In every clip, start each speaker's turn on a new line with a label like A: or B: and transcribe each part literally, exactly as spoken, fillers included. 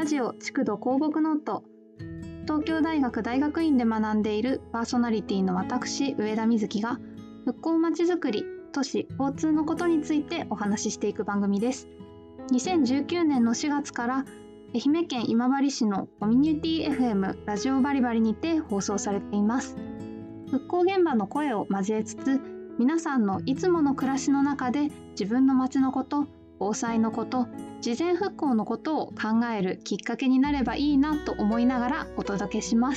A: ラジオ築土鉱木ノート。東京大学大学院で学んでいるパーソナリティの私上田瑞希が復興まちづくり、都市、交通のことについてお話ししていく番組です。にせんじゅうきゅうねんのしがつから愛媛県今治市のコミュニティ エフエム ラジオバリバリにて放送されています。復興現場の声を交えつつ、皆さんのいつもの暮らしの中で自分の街のこと、防災のこと、事前復興のことを考えるきっかけになればいいなと思いながらお届けします。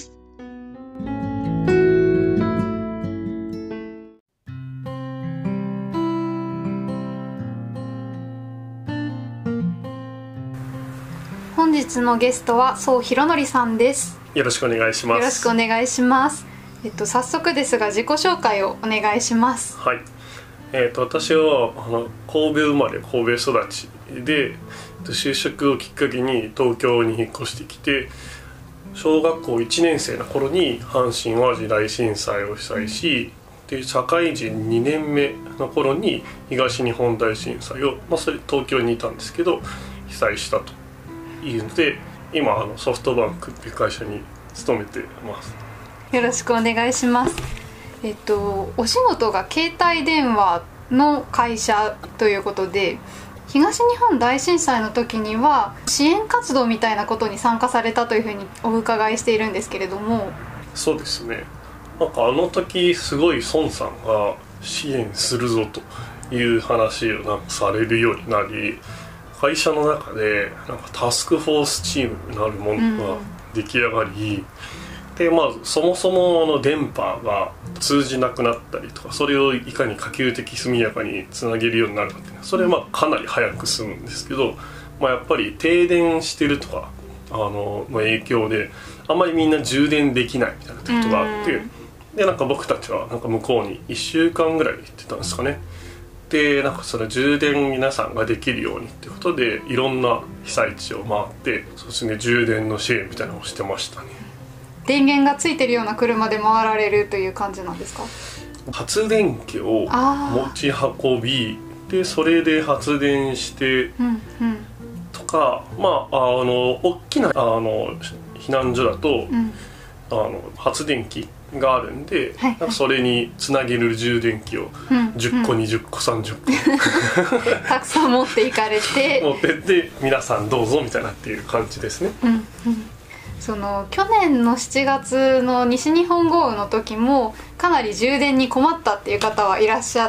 A: 本日のゲストは宋弘則さんです。
B: よろしくお願いします。
A: よろしくお願いします。えっと、早速ですが自己紹介をお願いします。
B: はい、えー、と私はあの神戸生まれ神戸育ちで、就職をきっかけに東京に引っ越してきて、小学校いちねん生の頃に阪神・淡路大震災を被災し、で社会人にねんめの頃に東日本大震災を、まあ、それ東京にいたんですけど被災したというので、今あのソフトバンクっていう会社に勤めてます。
A: よろしくお願いします。えっと、お仕事が携帯電話の会社ということで、東日本大震災の時には支援活動みたいなことに参加されたというふうにお伺いしているんですけれども。
B: そうですね、なんかあの時すごい孫さんが支援するぞという話をなんかされるようになり、会社の中でなんかタスクフォースチームなるものが出来上がり、うんでまあ、そもそもの電波が通じなくなったりとか、それをいかに可及的速やかにつなげるようになるかっていうのは、それはまあかなり早く済むんですけど、まあ、やっぱり停電してるとかあのの影響であんまりみんな充電できないみたいなことがあって、でなんか僕たちはなんか向こうにいっしゅうかんぐらい行ってたんですかね。でなんかその充電皆さんができるようにってことでいろんな被災地を回って、そうですね、充電の支援みたいなのをしてましたね。
A: 電源がついてるような車で回られるという感じなんですか？
B: 発電機を持ち運びで、それで発電してとか、うんうん、まああの大きなあの避難所だと、うん、あの発電機があるんで、はいはい、なんかそれにつなげる充電器をじゅっこ、うん、にじゅっこ、さんじゅっこ
A: たくさん持っていかれて
B: 持ってって皆さんどうぞみたいなっていう感じですね。
A: うんうん、その去年のしちがつの西日本豪雨の時もかなり充電に困ったっていう方はいらっしゃって、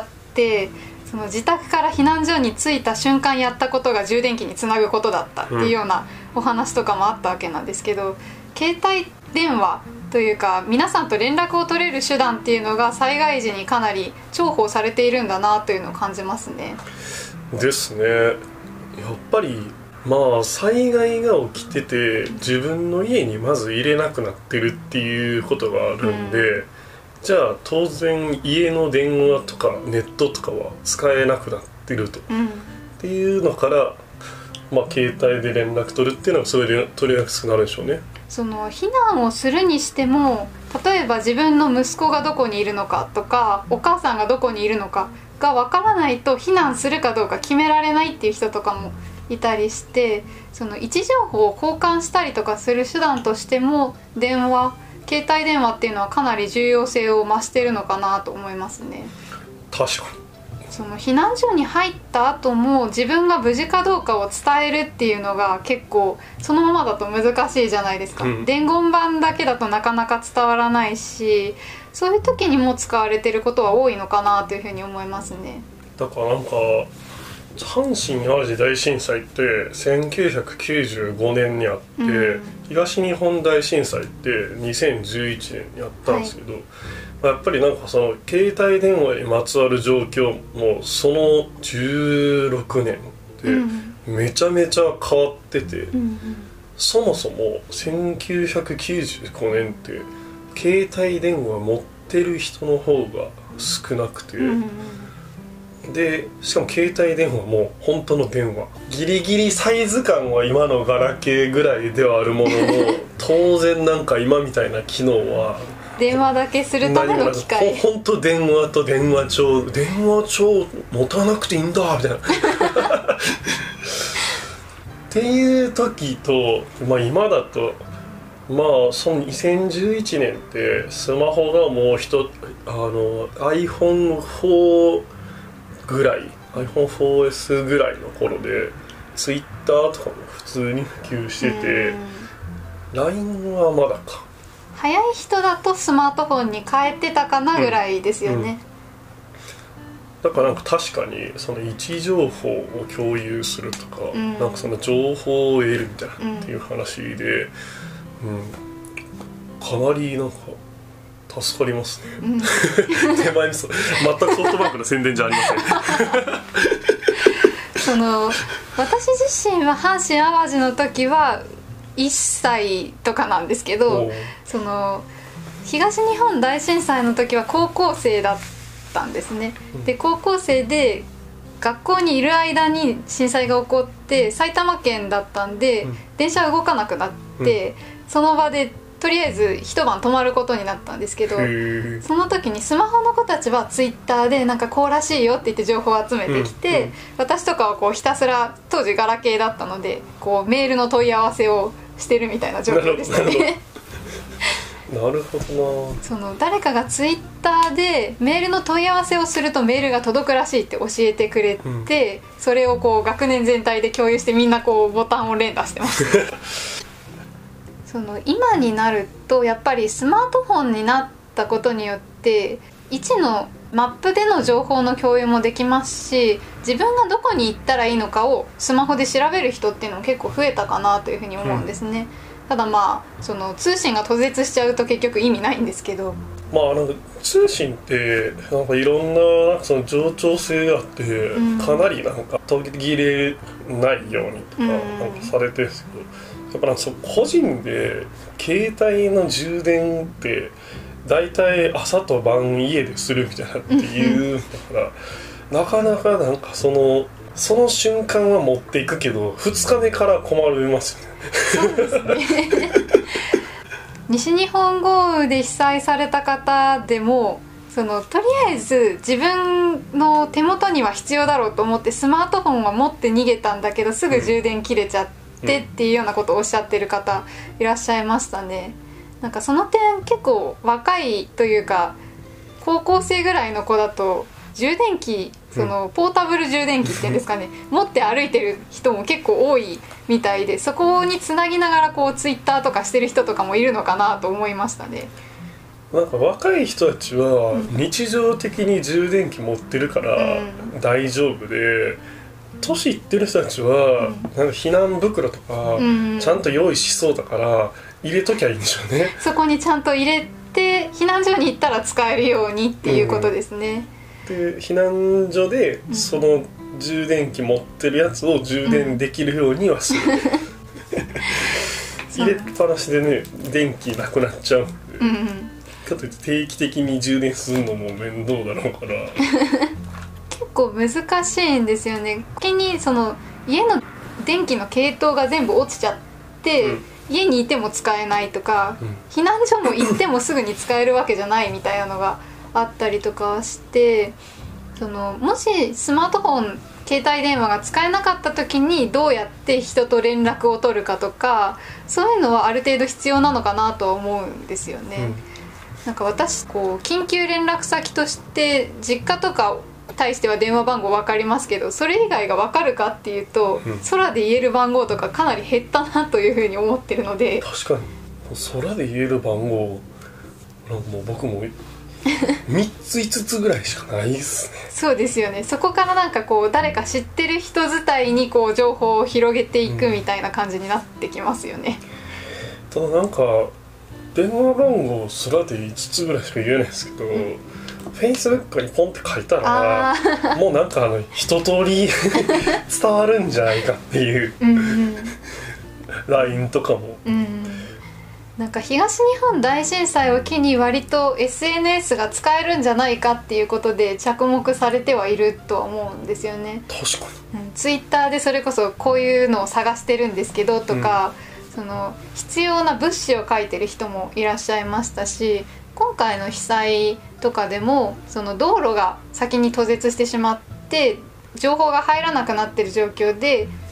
A: その自宅から避難所に着いた瞬間やったことが充電器につなぐことだったっていうようなお話とかもあったわけなんですけど、うん、携帯電話というか皆さんと連絡を取れる手段っていうのが災害時にかなり重宝されているんだなというのを感じますね。
B: ですね。やっぱりまあ災害が起きてて自分の家にまず入れなくなってるっていうことがあるんで、うん、じゃあ当然家の電話とかネットとかは使えなくなってると、うん、っていうのから、まあ、携帯で連絡取るっていうのはそれで取りやすくなるでしょうね。
A: その避難をするにしても、例えば自分の息子がどこにいるのかとかお母さんがどこにいるのかがわからないと避難するかどうか決められないっていう人とかもいたりして、その位置情報を交換したりとかする手段としても電話、携帯電話っていうのはかなり重要性を増しているのかなと思いますね。
B: 確かに。
A: その避難所に入った後も自分が無事かどうかを伝えるっていうのが結構そのままだと難しいじゃないですか、うん、伝言板だけだとなかなか伝わらないし、そういう時にも使われていることは多いのかなというふうに思いますね。
B: だからなんか阪神・淡路大震災ってせんきゅうひゃくきゅうじゅうごねんにあって、うん、東日本大震災ってにせんじゅういちねんにあったんですけど、はい、やっぱりなんかその携帯電話にまつわる状況もそのじゅうろくねんでめちゃめちゃ変わってて、うんうん、そもそもせんきゅうひゃくきゅうじゅうごねんって携帯電話持ってる人の方が少なくて、うんうん、でしかも携帯電話も本当の電話、ギリギリサイズ感は今のガラケーぐらいではあるものの当然なんか今みたいな機能は
A: 電話だけするための機械、
B: 本当電話と電話帳、電話帳持たなくていいんだみたいなっっていう時と、まあ、今だとまあそのにせんじゅういちねんってスマホがもう一あの アイフォンフォー ぐらい アイフォンフォーエス ぐらいの頃で Twitter とかも普通に普及してて ライン はまだか
A: 早い人だとスマートフォンに変えてたかなぐらいですよね、うんうん、
B: だからなんか確かにその位置情報を共有するとか、うん、なんかその情報を得るみたいなっていう話で、うんうん、かなりなんか助かりますね、うん、手前にそう全くソフトバンクの宣伝じゃありま
A: せんその私自身は阪神・淡路の時はいっさいとかなんですけど、その東日本大震災の時は高校生だったんですね、うん、で高校生で学校にいる間に震災が起こって埼玉県だったんで、うん、電車動かなくなって、うん、その場でとりあえず一晩泊まることになったんですけど、その時にスマホの子たちはツイッターでなんかこうらしいよって言って情報を集めてきて、うんうん、私とかはこうひたすら当時ガラケーだったのでこうメールの問い合わせをしてるみたいな状況でしたね
B: なるほどな。
A: その誰かがツイッターでメールの問い合わせをするとメールが届くらしいって教えてくれて、うん、それをこう学年全体で共有してみんなこうボタンを連打してますその今になるとやっぱりスマートフォンになったことによって位置のマップでの情報の共有もできますし、自分がどこに行ったらいいのかをスマホで調べる人っていうのも結構増えたかなというふうに思うんですね、うん、ただまあその通信が途絶しちゃうと結局意味ないんですけど、
B: まあなんか通信ってなんかいろんな、 なんかその冗長性があって、うん、かなりなんか途切れないようにとかなんかされてるんですけど、やっぱなんかその個人で携帯の充電ってだいたい朝と晩家でするみたいなっていうだからなかなかなんかそのその瞬間は持っていくけどふつかめから困りますよね。
A: そうですね西日本豪雨で被災された方でもそのとりあえず自分の手元には必要だろうと思ってスマートフォンは持って逃げたんだけどすぐ充電切れちゃってっていうようなことをおっしゃってる方いらっしゃいましたね。なんかその点結構若いというか高校生ぐらいの子だと充電器そのポータブル充電器っていうんですかね持って歩いてる人も結構多いみたいで、そこにつなぎながらこうツイッターとかしてる人とかもいるのかなと思いましたね。
B: なんか若い人たちは日常的に充電器持ってるから大丈夫で、年いってる人たちはなんか避難袋とかちゃんと用意しそうだから入れときゃいいんでしょうね、
A: そこにちゃんと入れて避難所に行ったら使えるようにっていうことですね、
B: うん、で避難所でその充電器持ってるやつを充電できるようにはする、うん、入れっぱなしでね電気なくなっちゃうんで、うんうん、かといって定期的に充電するのも面倒だろうから
A: 結構難しいんですよね。先にその家の電気の系統が全部落ちちゃって、うん家にいても使えないとか、うん、避難所も行ってもすぐに使えるわけじゃないみたいなのがあったりとかしてそのもしスマートフォン携帯電話が使えなかった時にどうやって人と連絡を取るかとかそういうのはある程度必要なのかなとは思うんですよね、うん、なんか私こう緊急連絡先として実家とか対しては電話番号分かりますけどそれ以外が分かるかっていうと、うん、空で言える番号とかかなり減ったなというふうに思ってるので
B: 確かに空で言える番号なんかもう僕もみっついつつぐらいしかないですね
A: そうですよね。そこからなんかこう誰か知ってる人伝いにこう情報を広げていくみたいな感じになってきますよね、
B: うん、ただなんか電話番号空でいつつぐらいしか言えないですけど、うんFacebook にポンって書いたらもうなんかあの一通り伝わるんじゃないかっていううん、うん、ライン とかも、うん、
A: なんか東日本大震災を機に割と エスエヌエス が使えるんじゃないかっていうことで着目されてはいるとは思うんですよね。
B: 確か
A: に、うん、Twitter でそれこそこういうのを探してるんですけどとか、うん、その必要な物資を書いてる人もいらっしゃいましたし今回の被災とかでもその道路が先に途絶してしまって情報が入らなくなってる状況で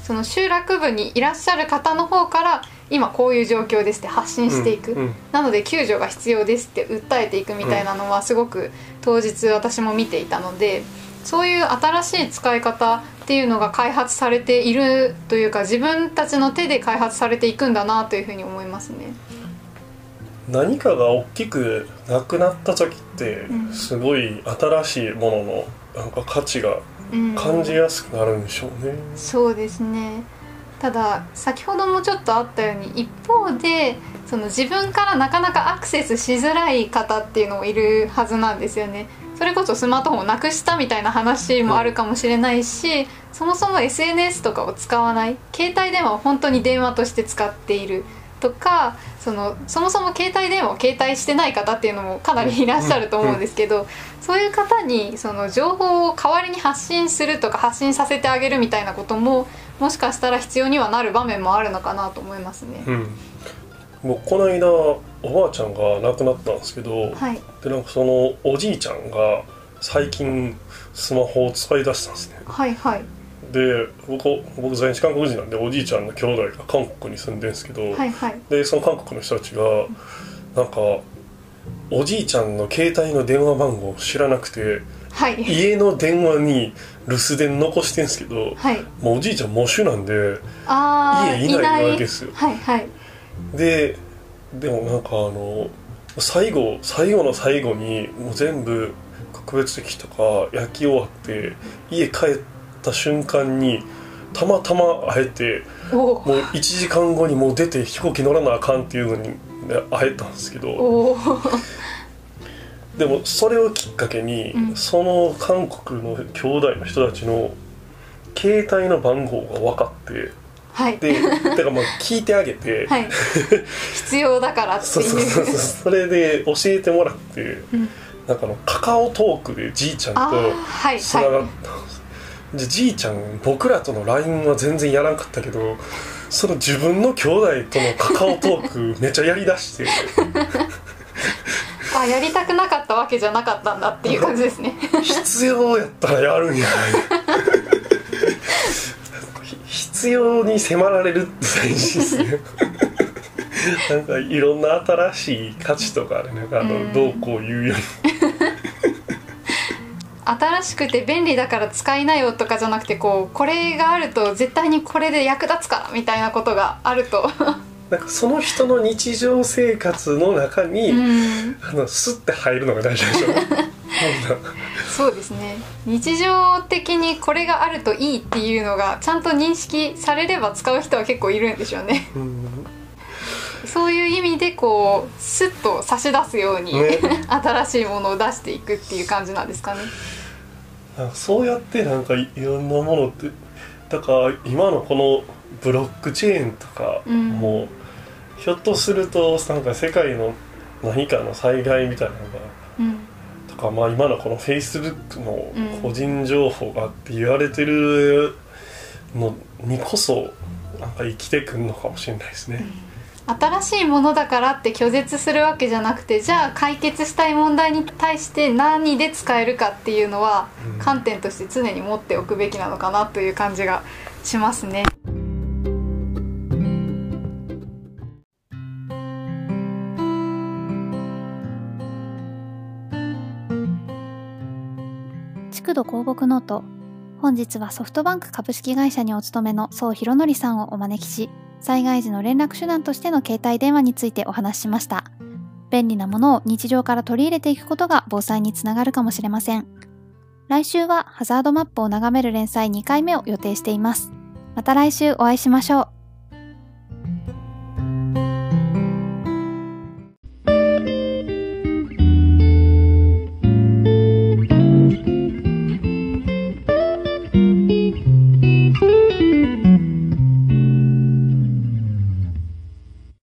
C: その集落部にいらっしゃる方の方から今こういう状況ですって発信していく、
B: うんうん、
C: なので救助が必要ですって訴えていくみたいなのはすごく当日私も見ていたので、そういう新しい使い方っていうのが開発されているというか、自分たちの手で開発されていくんだなというふうに思いますね。
B: 何かが大きくなくなった時ってすごい新しいもののなんか価値が感じやすくなるんでしょうね、
C: うん、そうですね。ただ先ほどもちょっとあったように、一方でその自分からなかなかアクセスしづらい方っていうのもいるはずなんですよね。それこそスマートフォンをなくしたみたいな話もあるかもしれないし、うん、そもそも エスエヌエス とかを使わない、携帯電話を本当に電話として使っているとか、そのそもそも携帯電話を携帯してない方っていうのもかなりいらっしゃると思うんですけど、うんうん、そういう方にその情報を代わりに発信するとか発信させてあげるみたいなことももしかしたら必要にはなる場面もあるのかなと思いますね、
B: うん、もうこの間おばあちゃんが亡くなったんですけど、
C: はい、
B: でなんかそのおじいちゃんが最近スマホを使い出したんですね。
C: はいはい。
B: で 僕, 僕在日韓国人なんで、おじいちゃんの兄弟が韓国に住んでるんですけど、
C: はいはい、
B: でその韓国の人たちがなんかおじいちゃんの携帯の電話番号を知らなくて、はい、家の電話に留守電残してるんですけど、はい、もうおじいちゃん喪主なんで家いないわけですよ。
C: はいはい、
B: ででもなんかあの最後最後の最後にもう全部特別席とか焼き終わって家帰った瞬間にたまたま会えて、もういちじかんごにもう出て飛行機乗らなあかんっていうのに会えたんですけど、でもそれをきっかけに、うん、その韓国の兄弟の人たちの携帯の番号が分かって、はい、でだからまあ聞いてあげて、はい、
C: 必要だからっていうそうそうそうそう
B: それで教えてもらって、うん、なんかのカカオトークでじいちゃんとつながったんです。でじいちゃん僕らとの ライン は全然やらんかったけど、その自分の兄弟とのカカオトークめっちゃやりだして
C: あ、やりたくなかったわけじゃなかったんだっていう感じですね
B: 必要やったらやるんや必要に迫られるって大事ですねなんかいろんな新しい価値とかね、なんかあのどうこう言うより
C: 新しくて便利だから使いなよとかじゃなくて、こうこれがあると絶対にこれで役立つからみたいなことがあると
B: なんかその人の日常生活の中に、うん、あのスッて入るのが大事でしょ
C: そうですね。日常的にこれがあるといいっていうのがちゃんと認識されれば使う人は結構いるんでしょうね、うん、そういう意味でこうスッと差し出すように、ね、新しいものを出していくっていう感じなんですかね。
B: なんかそうやってなんかいろんなものって、だから今のこのブロックチェーンとかも、うん、ひょっとするとなんか世界の何かの災害みたいなのが、うん、とか、まあ、今のこの Facebook の個人情報がって言われてるのにこそなんか生きてくるのかもしれないですね、
C: うん、新しいものだからって拒絶するわけじゃなくて、じゃあ解決したい問題に対して何で使えるかっていうのは、うん、観点として常に持っておくべきなのかなという感じがしますね。
A: 築土鉱木ノート。本日はソフトバンク株式会社にお勤めの宋弘則さんをお招きし、災害時の連絡手段としての携帯電話についてお話ししました。便利なものを日常から取り入れていくことが防災につながるかもしれません。来週はハザードマップを眺める連載にかいめを予定しています。また来週お会いしましょう。